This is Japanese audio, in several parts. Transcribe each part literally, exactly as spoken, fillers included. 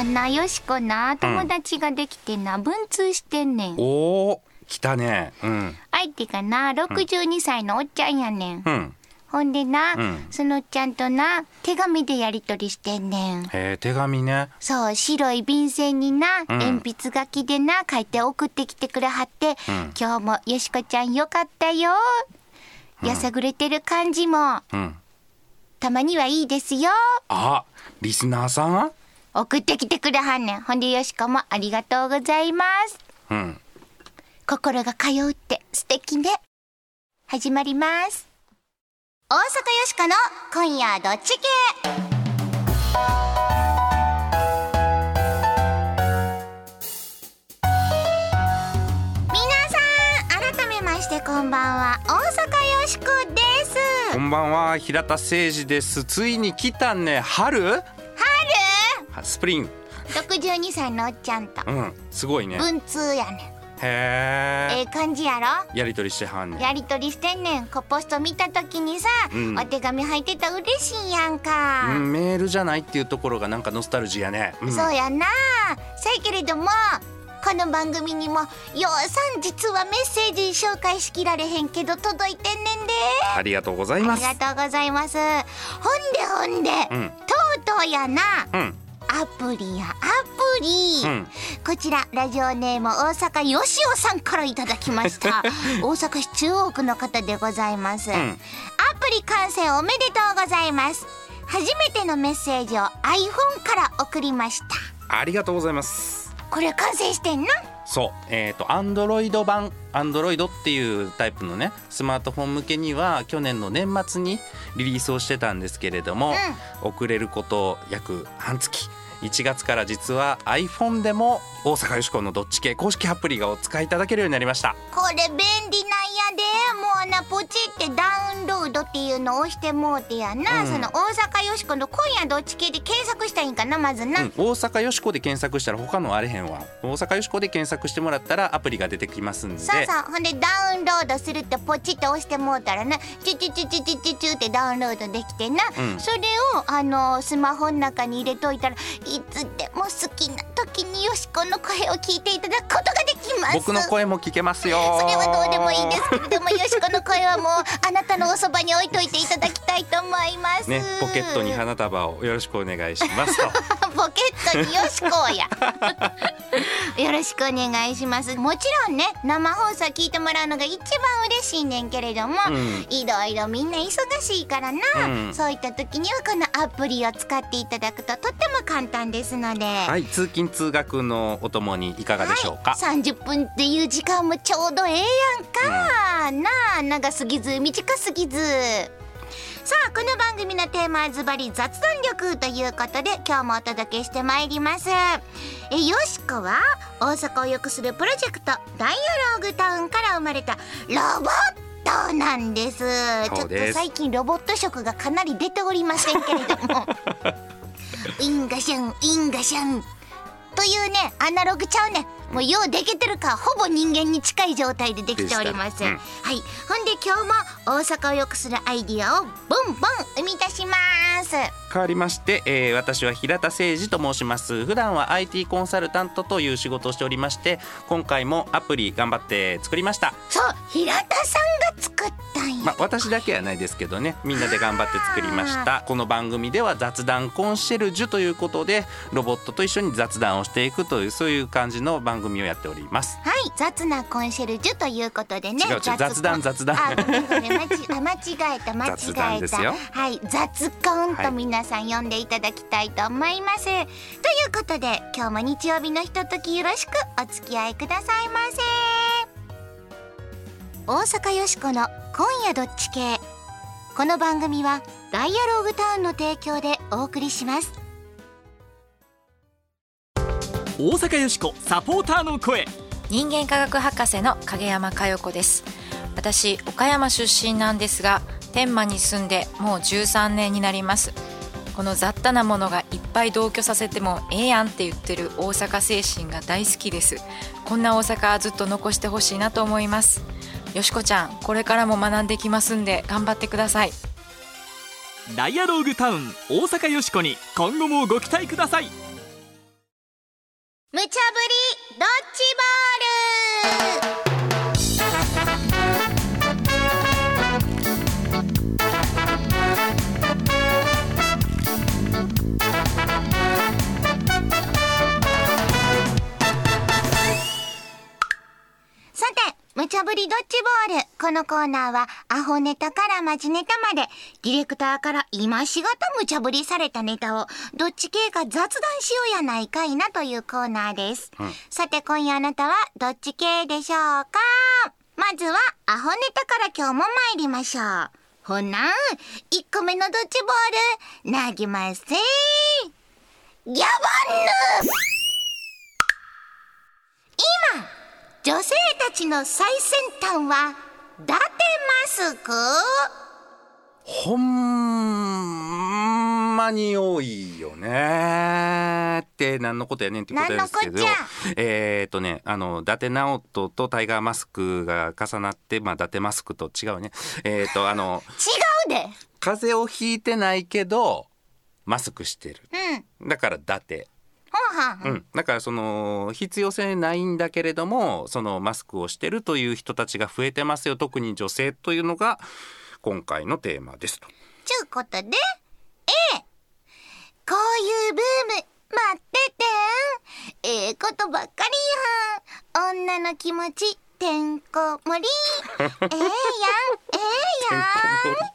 あんなよしこな友達ができてな、うん、文通してんねん。 おー来たね、うん、 相手がなろくじゅうにさいのおっちゃんやねん、うん、ほんでな、うん、そのおっちゃんとな手紙でやり取りしてんねん。 へー手紙ね。 そう白い便箋にな、うん、鉛筆書きでな書いて送ってきてくれはって、うん、今日もよしこちゃんよかったよ、うん、やさぐれてる感じも、うん、たまにはいいですよ。 あリスナーさん送ってきてくれはんねん。ほんでよしこもありがとうございます、うん、心が通うって素敵ね。始まります。大阪よしこの今夜どっち系。皆さん改めましてこんばんは、大阪よしこです。 こんばんは、平田誠二です。ついに来たね。春春スプリング。 ろくじゅうにさいのおっちゃんと、うん、 すごいね。 文通やねん。 へーええ感じやろ。 やりとりしてはんねん。 やりとりしてんねん。こポスト見た時にさ、うん、お手紙入ってたら嬉しいやんか、 うん、メールじゃないっていうところがなんかノスタルジーやね、うん、 そうやな。せやけれどもこの番組にもようさん実はメッセージ紹介しきられへんけど届いてんねんで。 ありがとうございます。 ありがとうございます。ほんでほんで、うん、とうとうやな、うん、アプリやアプリ、うん、こちらラジオネーム大阪よしおさんからいただきました大阪市中央区の方でございます、うん、アプリ完成おめでとうございます。初めてのメッセージを iPhone から送りました。 ありがとうございます。 これ完成してんな。 そう、えーと Android 版 Android っていうタイプのねスマートフォン向けには去年の年末にリリースをしてたんですけれども、うん、遅れること約半月、いちがつから実は iPhone でも大阪よしこのどっち系公式アプリがお使いいただけるようになりました。 これ便利なんやで。もうなポチってダウンロードっていうのを押してもうてやな、うん、その大阪よしこの今夜どっち系で検索したらいいんかなまずな、うん、 大阪よしこで検索したら他のあれへんわ。大阪よしこで検索してもらったらアプリが出てきますんで。 そうそう。ほんでダウンロードするってポチって押してもうたらなチュチュチュチュチュチュチュってダウンロードできてな、うん、それをあのスマホの中に入れといたらいつでも好きな時によしこの声を聞いていただくことができます。 僕の声も聞けますよ。 それはどうでもいいんですけれどもよしこの声はもうあなたのおそばに置いといていただきたいと思います、 ね、ポケットに花束をよろしくお願いしますとポケットによしこやよろしくお願いします。もちろんね生放送聞いてもらうのが一番嬉しいねんけれども、うん、いろいろみんな忙しいからな、うん、そういった時にはこのアプリを使っていただくととっても簡単ですので、 はい、通勤通学のお供にいかがでしょうか、はい、 さんじゅっぷんっていう時間もちょうどええやんか、うん、なあ長すぎず短すぎず。さあこの番組のテーマはズバリ雑談力ということで今日もお届けしてまいります。えよしこは大阪を良くするプロジェクトダイアローグタウンから生まれたロボットなんです。ちょっと最近ロボット色がかなり出ておりませんけれどもインガシャンインガシャンというねアナログちゃうね。もうようできてるかほぼ人間に近い状態でできております、うん、はい。ほんで今日も大阪を良くするアイディアをボンボン生み出します。 変わりまして、えー、私は平田誠二と申します。普段は アイティー コンサルタントという仕事をしておりまして今回もアプリ頑張って作りました。 そう平田さんが作ったんや、 まあ、私だけはないですけどねみんなで頑張って作りました。この番組では雑談コンシェルジュということでロボットと一緒に雑談をしていくというそういう感じの番組をやっております。 はい、雑なコンシェルジュということでね。 違う違う雑談雑談あ、ごめんごめん間違えた間違えた雑談ですよ。 はい、雑コンと皆さん呼んでいただきたいと思います、はい、ということで今日も日曜日のひとときよろしくお付き合いくださいませ。大阪よしこの今夜どっち系。この番組はダイアローグタウンの提供でお送りします。 大阪よしこサポーターの声。 人間科学博士の影山佳代子です。私岡山出身なんですが天満に住んでもうじゅうさんねんになります。この雑多なものがいっぱい同居させてもええやんって言ってる大阪精神が大好きです。こんな大阪ずっと残してほしいなと思います。よしこちゃんこれからも学んできますんで頑張ってください。 ダイアローグタウン大阪よしこに今後もご期待ください。 無茶ぶりドッジボール。さて、無茶ぶりドッジボール。このコーナーはアホネタからマジネタまでディレクターから今しがた無茶ぶりされたネタをどっち系か雑談しようやないかいなというコーナーです、うん、さて今夜あなたはどっち系でしょうか。まずはアホネタから今日も参りましょう。ほなんいっこめのドッジボール投げますぜ。ギャバンヌ。今女性たちの最先端は伊達マスク。 ほんまに多いよねって何のことやねんってことですけど、えっとねあの伊達直人とタイガーマスクが重なって、まあ、伊達マスクと違うねえっとあの違うで、 風邪をひいてないけどマスクしてる、うん、だから伊達うん、だからその必要性ないんだけれどもそのマスクをしてるという人たちが増えてますよ、特に女性というのが今回のテーマですと。 ちゅうことで A こういうブーム待っててん、ええことばっかりやん、女の気持ちてんこ盛りええやんええやん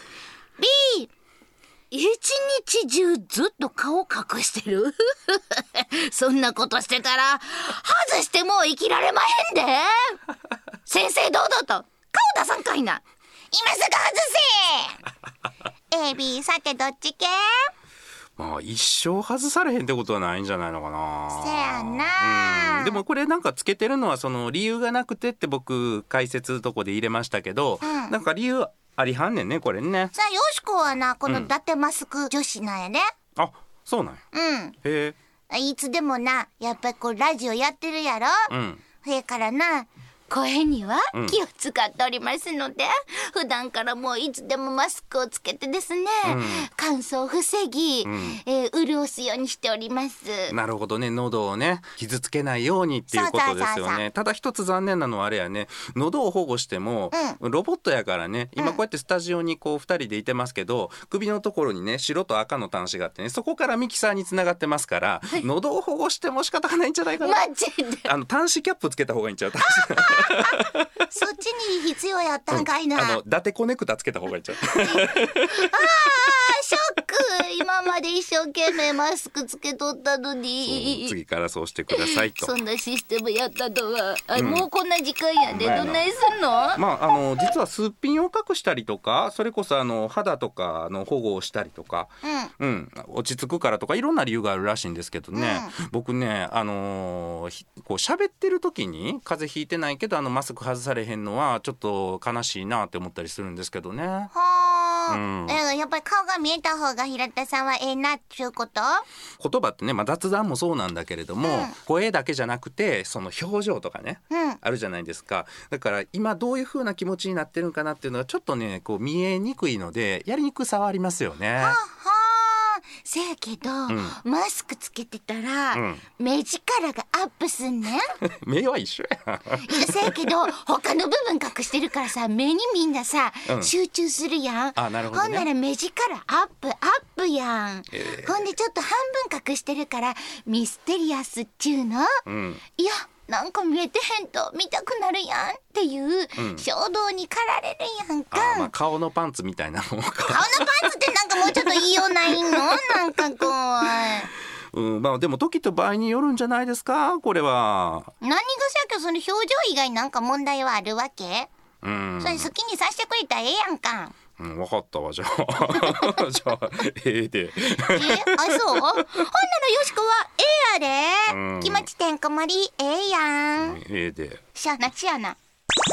B一日中ずっと顔隠してるそんなことしてたら外してもう生きられまへんで先生堂々と顔出さんかいな、今すぐ外せエービー さてどっち系。 まあ一生外されへんってことはないんじゃないのかな。 せやな、 うん、でもこれなんかつけてるのはその理由がなくてって僕解説とこで入れましたけど、うん、なんか理由ありはんねんねこれね。 さあよしこはなこの伊達マスク女子なんやね、 うん、あそうなんや、 うん、 へえいつでもなやっぱりこうラジオやってるやろ、うん、それからな声には気を使っておりますので、うん、普段からもういつでもマスクをつけてですね、うん、乾燥を防ぎ、うん、えー、潤すようにしております。 なるほどね、喉をね傷つけないようにっていうことですよね。ただ一つ残念なのはあれやね、喉を保護しても、うん、ロボットやからね、今こうやってスタジオにこうふたりでいてますけど、首のところにね白と赤の端子があってね、そこからミキサーにつながってますから、はい、喉を保護しても仕方がないんじゃないかな。 マジであの端子キャップつけた方がいいんちゃうそっちに必要やったんかいな、 うん、あの伊達コネクタつけた方がいいんちゃうあーショック、今まで一生懸命マスクつけとったのに次からそうしてくださいとそんなシステムやったとは、あ、うん、もうこんな時間やで、どんなにすんの。 まああの実はすっぴんを隠したりとか、それこそあの肌とかの保護をしたりとか、うんうん、落ち着くからとかいろんな理由があるらしいんですけどね、うん、僕ねあのー、こう喋ってる時に風邪ひいてないけどあのマスク外されへんのはちょっと悲しいなって思ったりするんですけどね。はあ、うん、やっぱり顔が見えた方が平田さんはええなっていうこと。 言葉ってね、まあ、雑談もそうなんだけれども、うん、声だけじゃなくてその表情とかね、うん、あるじゃないですか。だから今どういう風な気持ちになってるんかなっていうのはちょっとねこう見えにくいのでやりにくさはありますよね。はあはあ、せやけど、うん、マスクつけてたら、うん、目力がアップすんねん目は一緒やせやけど他の部分隠してるからさ、目にみんなさ、うん、集中するやん。 あ、なるほどね、 ほんなら目力アップアップやん、えー、ほんでちょっと半分隠してるからミステリアスっちゅうの、うん、いやなんか見えてへんと見たくなるやんっていう衝動に駆られるやんか、 うん、あ、まあ、顔のパンツみたいなもんか。 顔のパンツってなんかもうちょっと言いようないのなんかこう、うん、まあでも時と場合によるんじゃないですかこれは。 何がさっきその表情以外なんか問題はあるわけ？うん、それ好きにさせてくれたらええやんか。 うん、分かったわじゃあじゃあええでえあ、そうほんならよしこはええやで、うん、気持ちてんこ盛りええやん、 ええでしゃあなしやな。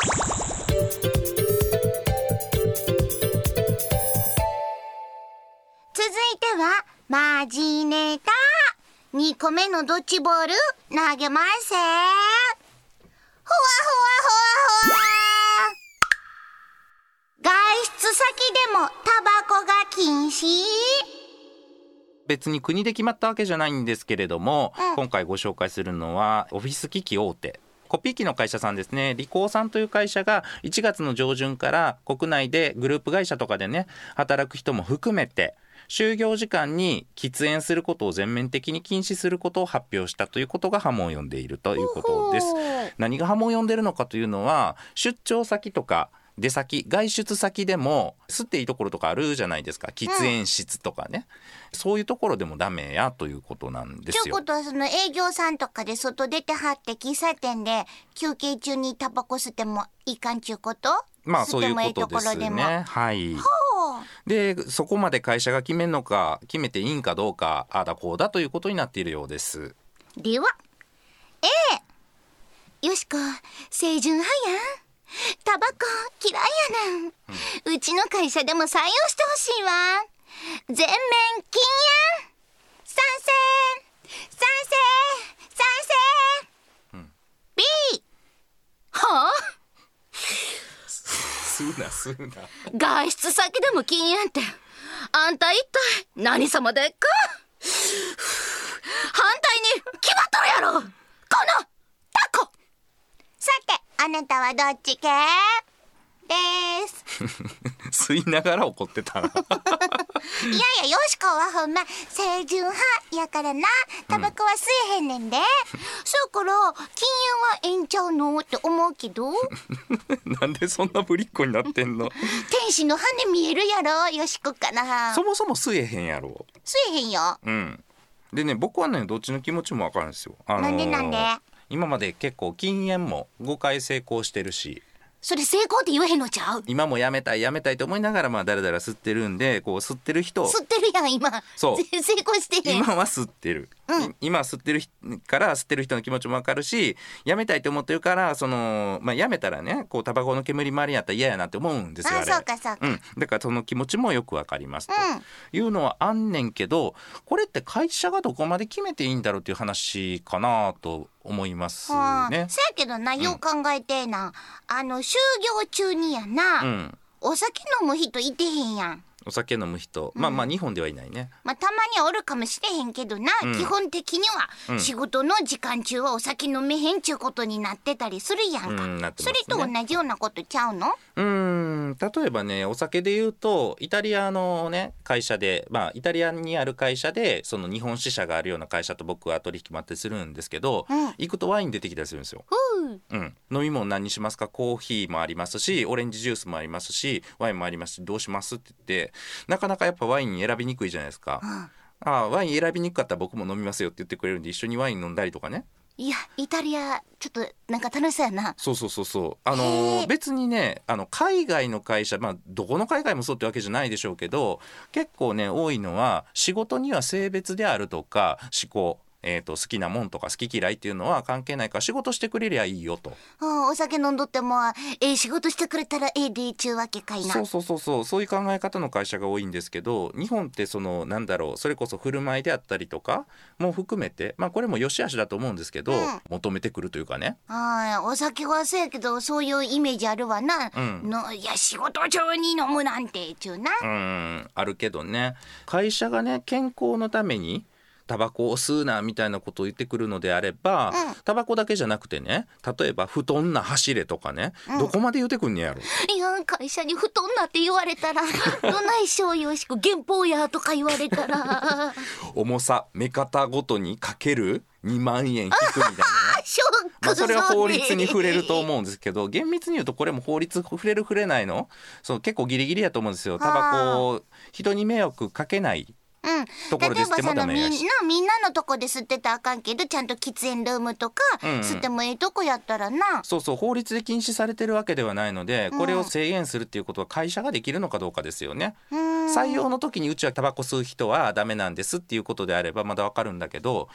続いてはマジネタにこめのドッジボール投げますせ。ほわほわほわほわ。外出先でもタバコが禁止。 別に国で決まったわけじゃないんですけれども、 うん、 今回ご紹介するのはオフィス機器大手コピー機の会社さんですね。リコーさんという会社がいちがつの上旬から国内でグループ会社とかでね働く人も含めて就業時間に喫煙することを全面的に禁止することを発表したということが波紋を呼んでいるということです。何が波紋を呼んでいるのかというのは、出張先とか出先外出先でも吸っていいところとかあるじゃないですか。喫煙室とかね、うん、そういうところでもダメやということなんですよ。 ということはその営業さんとかで外出てはって喫茶店で休憩中にタバコ吸ってもいかんちゅうこと？ まあそういうことですね。はい。でそこまで会社が決めるのか決めていいんかどうかああだこうだということになっているようです。 では A よしこ清純派やん、タバコ嫌いやなん、うん、うちの会社でも採用してほしいわ。全面禁煙。賛成賛成賛成、うん、B はあ吸うな吸うな。 外出先でも禁煙ってあんた一体何様でっか。反対に決まっとるやろこのタコ。さてあなたはどっち系です吸いながら怒ってた。いやいやよしこはほんま清純派やからな。タバコは吸えへんねんで、うん、そうから禁煙はええんちゃうのって思うけどなんでそんなぶりっ子になってんの。 天使の羽見えるやろよしこかな。 そもそも吸えへんやろ。 吸えへんよ。 うんでね僕はねどっちの気持ちも分かるんですよ、あのー、 なんでなんで今まで結構禁煙もごかい成功してるし。 それ成功って言えへんのちゃう。 今もやめたいやめたいと思いながらまあだらだら吸ってるんでこう吸ってる人吸ってるやん今。 そう成功してへん。 今は吸ってる、うん、今吸ってるから吸ってる人の気持ちも分かるしやめたいと思ってるからその、まあ、やめたらねこうタバコの煙周りやったら嫌やなって思うんですよ。あれあそうかそうか、 うん、だからその気持ちもよく分かりますと、うん、いうのはあんねんけどこれって会社がどこまで決めていいんだろうっていう話かなと思いますね。 はあ、せやけどなよう考えてな、うん、あの就業中にやな、うん、お酒飲む人いてへんやん。 お酒飲む人、うん、まあまあ日本ではいないね。 まあたまにはおるかもしれへんけどな、うん、基本的には仕事の時間中はお酒飲めへんちゅうことになってたりするやんか、うんね、それと同じようなことちゃうの？ うーん例えばねお酒で言うとイタリアのね会社でまあイタリアにある会社でその日本支社があるような会社と僕は取引もあったりするんですけど、うん、行くとワイン出てきたりするんですよ。うん、飲み物何にしますか。コーヒーもありますしオレンジジュースもありますしワインもありますしどうしますって言ってなかなかやっぱワイン選びにくいじゃないですか、うん、ああワイン選びにくかったら僕も飲みますよって言ってくれるんで一緒にワイン飲んだりとかね。 いやイタリアちょっとなんか楽しそうやな。 そうそうそうそうあのー、別にねあの海外の会社まあどこの海外もそうってわけじゃないでしょうけど結構ね多いのは仕事には性別であるとか思考えー、と好きなもんとか好き嫌いっていうのは関係ないから仕事してくれりゃいいよと、 はあ、お酒飲んどってもええ仕事してくれたらええでちゅうわけかいな。 そうそうそうそうそういう考え方の会社が多いんですけど日本ってそのなんだろうそれこそ振る舞いであったりとかも含めてまあこれも良し悪しだと思うんですけど、うん、求めてくるというかね。 あお酒はそうやけどそういうイメージあるわな、うん、のいや仕事中に飲むなんてちゅうな。 うんあるけどね会社がね健康のためにタバコを吸うなみたいなことを言ってくるのであれば、うん、タバコだけじゃなくてね例えば布団な走れとかね、うん、どこまで言ってくんねやろ。 いや会社に布団なって言われたらどないしょうよしく原稿やとか言われたら重さ目方ごとにかけるにまんえん引くみたいなねショック、 まあ、それは法律に触れると思うんですけど厳密に言うとこれも法律触れる触れないのそう結構ギリギリやと思うんですよ。タバコを人に迷惑かけないうん、 ところで吸ってもダメやし、 例えばそのみんなみんなのとこで吸ってたらあかんけどちゃんと喫煙ルームとか、うんうん、吸ってもいいとこやったらな。 そうそう法律で禁止されてるわけではないので、うん、これを制限するっていうことは会社ができるのかどうかですよね。採用の時にうちはタバコ吸う人はダメなんですっていうことであればまだわかるんだけど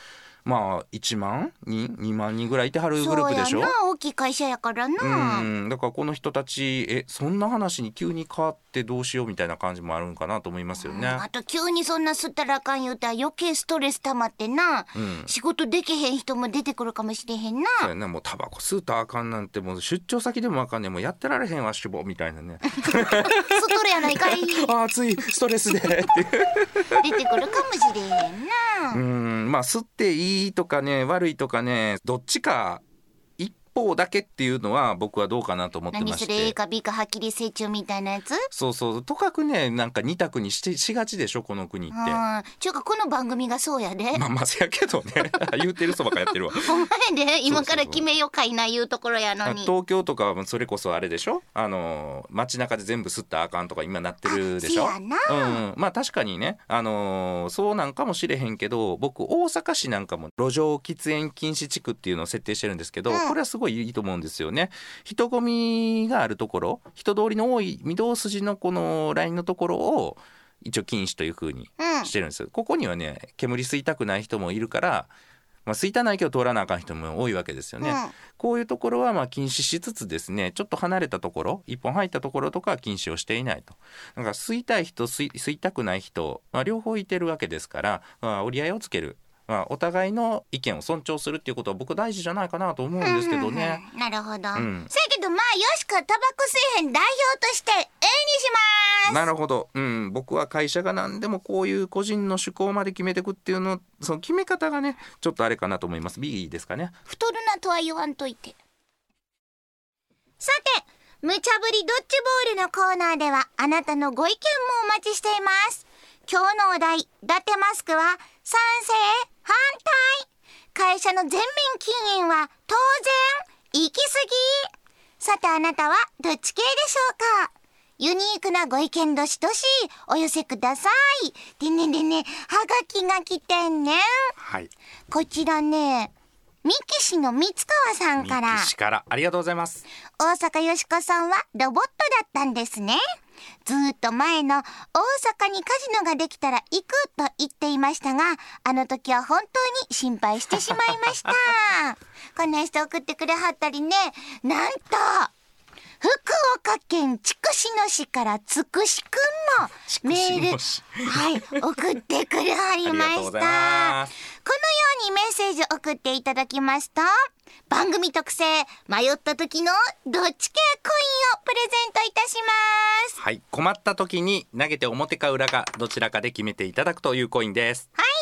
まあいちまんにんにまんにんぐらいいてはるグループでしょ。 そうやな、大きい会社やからな。 うんだからこの人たちえそんな話に急に変わってどうしようみたいな感じもあるんかなと思いますよね。 あと急にそんな吸ったらあかん言うたら余計ストレス溜まってな、うん、仕事できへん人も出てくるかもしれへんな。 そうやな、もうタバコ吸うたらあかんなんてもう出張先でもあかんねん、もうやってられへんわしぼみたいなねストレやないかいあ暑いストレスで出てくるかもしれへんな。 うんまあ吸っていいとかね悪いとかねどっちか一方だけっていうのは僕はどうかなと思ってまして。 何それ A か B かはっきりせい中みたいなやつ。 そうそうとかくねなんか二択にしてしがちでしょこの国って。 あちゅうかこの番組がそうやで。 まあまあせやけどね言うてるそばかやってるわお前で今から決めようかいないうところやのに。 東京とかはそれこそあれでしょ、あの街中で全部吸ったらあかんとか今なってるでしょ。 あな、 うん、まあ確かにね、あのー、そうなんかもしれへんけど僕大阪市なんかも路上喫煙禁止地区っていうのを設定してるんですけど、うん、これはすごいいいと思うんですよね。人混みがあるところ人通りの多い御堂筋のこのラインのところを一応禁止という風にしてるんです、うん、ここにはね煙吸いたくない人もいるから、まあ、吸いたないけど通らなあかん人も多いわけですよね、うん、こういうところはまあ禁止しつつですね、ちょっと離れたところ一本入ったところとかは禁止をしていないと。だから吸いたい人 吸い、吸いたくない人、まあ、両方いてるわけですから、まあ、折り合いをつける、まあ、お互いの意見を尊重するっていうことは僕大事じゃないかなと思うんですけどね、 うんうんうん、なるほど、 うん、 せやけどまあよしかタバコ吸えへん代表として A にします。 なるほど、うん、僕は会社が何でもこういう個人の趣向まで決めていくっていうのその決め方がねちょっとあれかなと思います。 B ですかね。 太るなとは言わんといて。さて無茶ぶりドッジボールのコーナーではあなたのご意見もお待ちしています。今日のお題伊達マスクは賛成反対、会社の全面禁煙は当然行き過ぎ。さてあなたはどっち系でしょうか。ユニークなご意見どしどしお寄せください。でねでね、はがきが来てんねん、 はい、こちらね三木市の三川さんから。 三木市からありがとうございます。 大阪よしこさんはロボットだったんですね。ずっと前の大阪にカジノができたら行くと言っていましたが、あの時は本当に心配してしまいましたこんな人送ってくれはったりね、なんと福岡県筑紫野市からつくしくんもメール、はい、送ってくれはりました。このようにメッセージを送っていただきますと、番組特製迷った時のどっち系コインをプレゼントいたします。 はい、困った時に投げて表か裏かどちらかで決めていただくというコインです。 はい、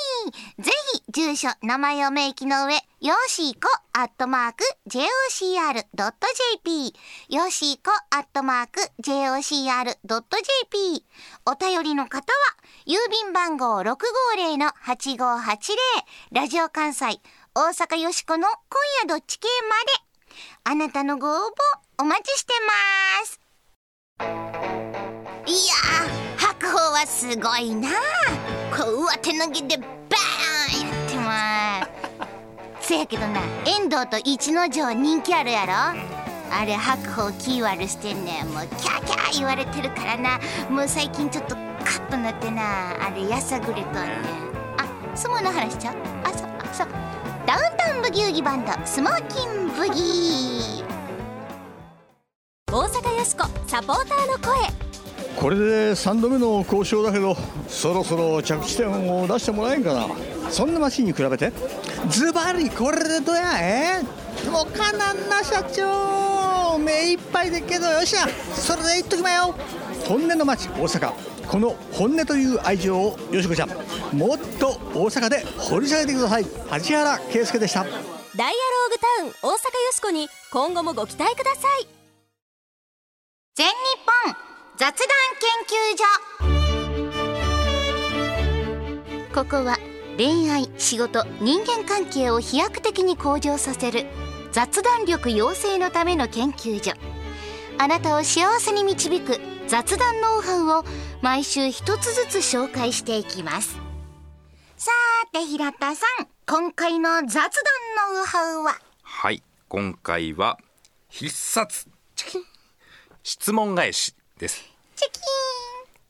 ぜひ住所名前を明記の上よしこアットマーク ジェイオーシーアールドットジェイピー よしこアットマーク ジェイオーシーアールドットジェイピー。 お便りの方は郵便番号 ろくごーぜろのはちごーはちぜろ ラジオ関西大阪よしこの今夜どっち系まであなたのご応募お待ちしてます。いやー白鵬はすごいな。こう上手投げでバーンやってますせやけどな、遠藤と一ノ城人気あるやろ。あれ白鵬キーワルしてんねん。もうキャーキャー言われてるからな。もう最近ちょっとカッとなってな、あれやさぐれとんねん。あ、相撲の話しちゃう。あ、そうあそうダウンタウンブギウギバンドスモーキンブギー。 大阪よしこサポーターの声。 これでさんどめの交渉だけど、そろそろ着地点を出してもらえんかな。そんなマシンに比べてズバリこれでどやえもうかなんな社長、目いっぱいでっけどよっしゃそれでいっときまよ。本音の街大阪、この本音という愛情をよしこちゃんもっと大阪で掘り下げてください。梶原圭介でした。 ダイアローグタウン大阪よしこに今後もご期待ください。 全日本雑談研究所。ここは恋愛、仕事、人間関係を飛躍的に向上させる雑談力養成のための研究所。あなたを幸せに導く雑談ノウハウを毎週一つずつ紹介していきます。さーて平田さん、今回の雑談ノウハウは？ はい、今回は必殺チキン質問返しです。 チキン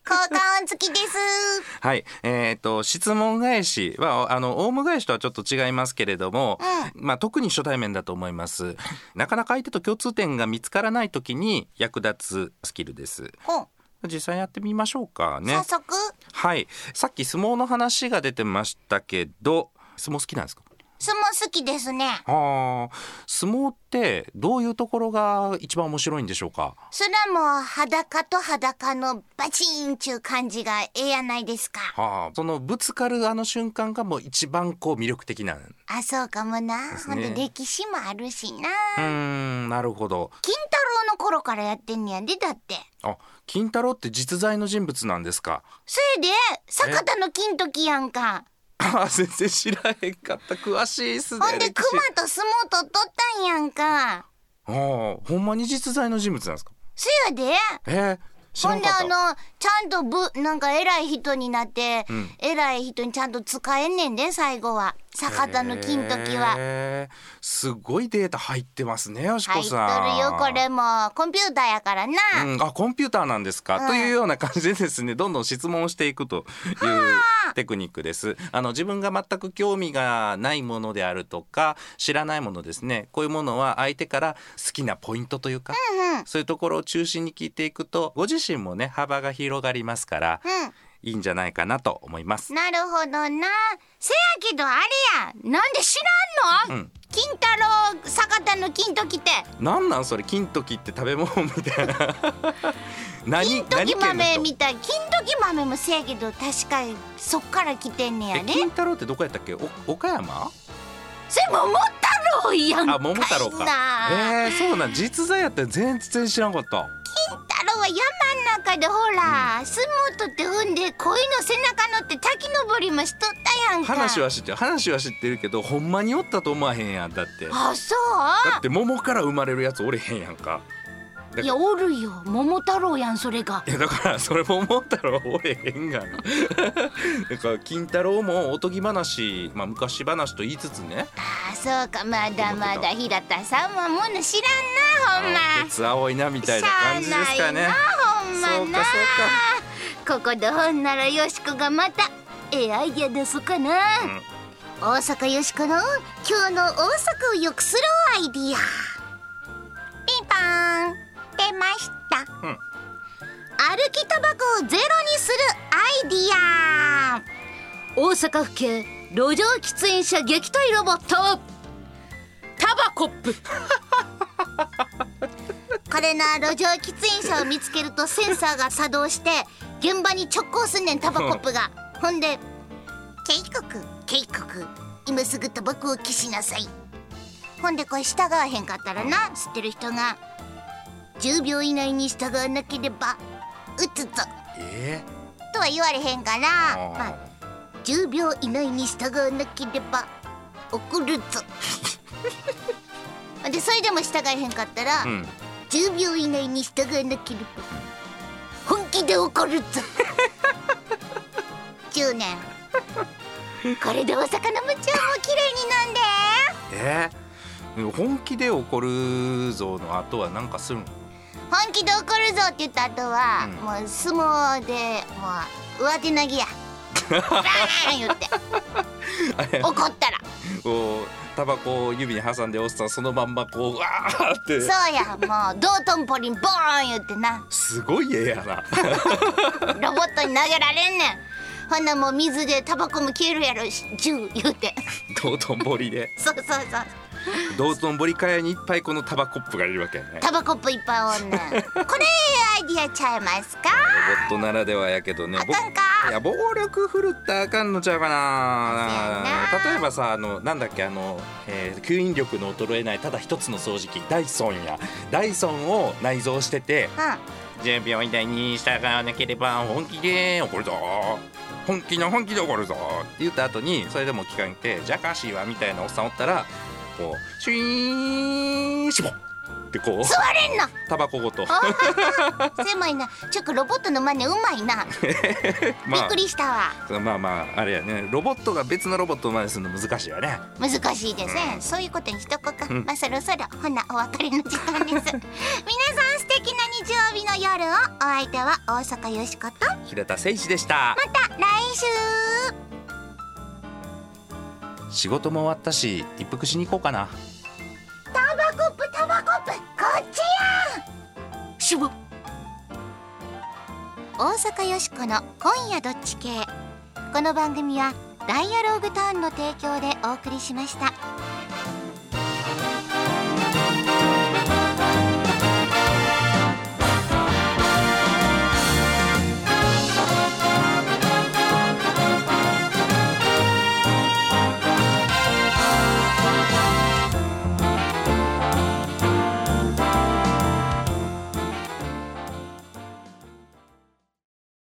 果音付きです。 はい、えー、と質問返しはあのオウム返しとはちょっと違いますけれども、うんまあ、特に初対面だと思います。なかなか相手と共通点が見つからない時に役立つスキルです。実際やってみましょうかね。 早速。 はい、さっき相撲の話が出てましたけど、相撲好きなんですか？ 相撲好きですね。 あ相撲ってどういうところが一番面白いんでしょうか？ それはもう裸と裸のバチンちゅう感じがええやないですか。 はあ、そのぶつかるあの瞬間がもう一番こう魅力的な。 あ、そうかもな、 ですね。 ほんで歴史もあるしな。 うーん、なるほど。 金太郎の頃からやってんねやで。だってあ、金太郎って実在の人物なんですか？ それで坂田の金時やんか。 あ、全然知らへんかった。詳しいっすね。 ほんで熊と相撲とっとったんやんか。 ああ、ほんまに実在の人物なんですか？ そやで。 えー、知らんかった。 ほんであのちゃんとぶなんか偉い人になって、うん、偉い人にちゃんと使えんねんで最後は。坂田の金時はすごいデータ入ってますね、よしこさん。 入っとるよ。これもコンピューターやからな、 うん、あ、コンピューターなんですか、うん、というような感じでですね、どんどん質問をしていくというテクニックです。あの自分が全く興味がないものであるとか知らないものですね、こういうものは相手から好きなポイントというか、うんうん、そういうところを中心に聞いていくとご自身もね幅が広がりますから、うんいいんじゃないかなと思います。 なるほどな。せやけどあれや、なんで知らんの、うん、金太郎坂田の金時ってなんなんそれ。金時って食べ物みたいな金時豆みたい。金時豆もせやけど確かそっから来てんねやね。 金太郎ってどこやったっけ？お岡山？ それ桃太郎やんかいな。 あ、桃太郎か。えー、そうなん。実在やったら全然知らんかった。 金太郎は山の中でほら、うん、相撲取って踏んで鯉の背中乗って滝登りもしとったやんか。 話は知ってる話は知ってるけどほんまにおったと思わへんやん。だってあ、そうだって桃から生まれるやつおれへんやんか。 いやおるよ、桃太郎やんそれが。 いやだからそれ桃太郎おれへんがなだから金太郎もおとぎ話、まあ、昔話と言いつつね。 ああ、そうか。まだまだ平田さんはもの知らんな。ほんま鉄青いなみたいな感じですかね。 ほんまな。そうかそうか。ここでほんならよしこがまたええアイディア出すかな、うん、大阪よしこの今日の大阪を良くするアイディア。ピンポーン出ました、うん、歩きタバコをゼロにするアイディア。大阪府警路上喫煙者撃退ロボットタバコップこれな、路上喫煙者を見つけるとセンサーが作動して現場に直行すんねん、タバコップがほんで警告警告今すぐタバコを消しなさい。ほんでこれ従わへんかったらな、吸ってる人がじゅうびょう以内に従わなければ撃つぞ、えー、とは言われへんから、まあ、じゅうびょう以内に従わなければ怒るぞでそれでも従えへんかったら、うん、じゅうびょう以内に従わなければ本気で怒るぞじゅうねんこれでお魚もちゃんも綺麗になんで。 えー、本気で怒るぞの後はなんかするの？ 本気で怒るぞって言った後は、うん、もう相撲でもう上手投げやバーン言って怒ったらこうタバコを指に挟んで押すとそのまんまこうわーってそうや、もう道頓堀ボーン言ってなすごいええやなロボットに投げられんねん。ほんなもう水でタバコも消えるやろジュー言うて道頓堀でそうそうそう道頓堀かやにいっぱいこのタバコップがいるわけやね。 タバコップいっぱいおんねんこれアイディアちゃいますか？ ロボットならではやけどね。 あかんか。 いや暴力振るったらあかんのちゃうかな。例えばさ、あのなんだっけ、あの、えー、吸引力の衰えないただ一つの掃除機ダイソンやダイソンを内蔵してて、うん、じゅうびょう以内に従わなければ本気で怒るぞ、本気の本気で怒るぞって言った後にそれでも聞かんてジャカシーはみたいなおっさんおったらこうシュイーンシュボってこう座れんのタバコごと狭いな。ちょっとロボットの真似うまいな、まあ、びっくりしたわ。 まあまああれやね、ロボットが別のロボットを真似するの難しいわね。 難しいですね、うん、そういうことにしとこうか、うん、まあそろそろほなお別れの時間です皆さん素敵な日曜日のの夜を、お相手は大阪よしこと平田誠一でした。 また来週。 仕事も終わったし一服しに行こうかな。 タバコップタバコップ、こっちや。 しゅぼ大阪よしこの今夜どっち系。この番組はダイアローグターンの提供でお送りしました。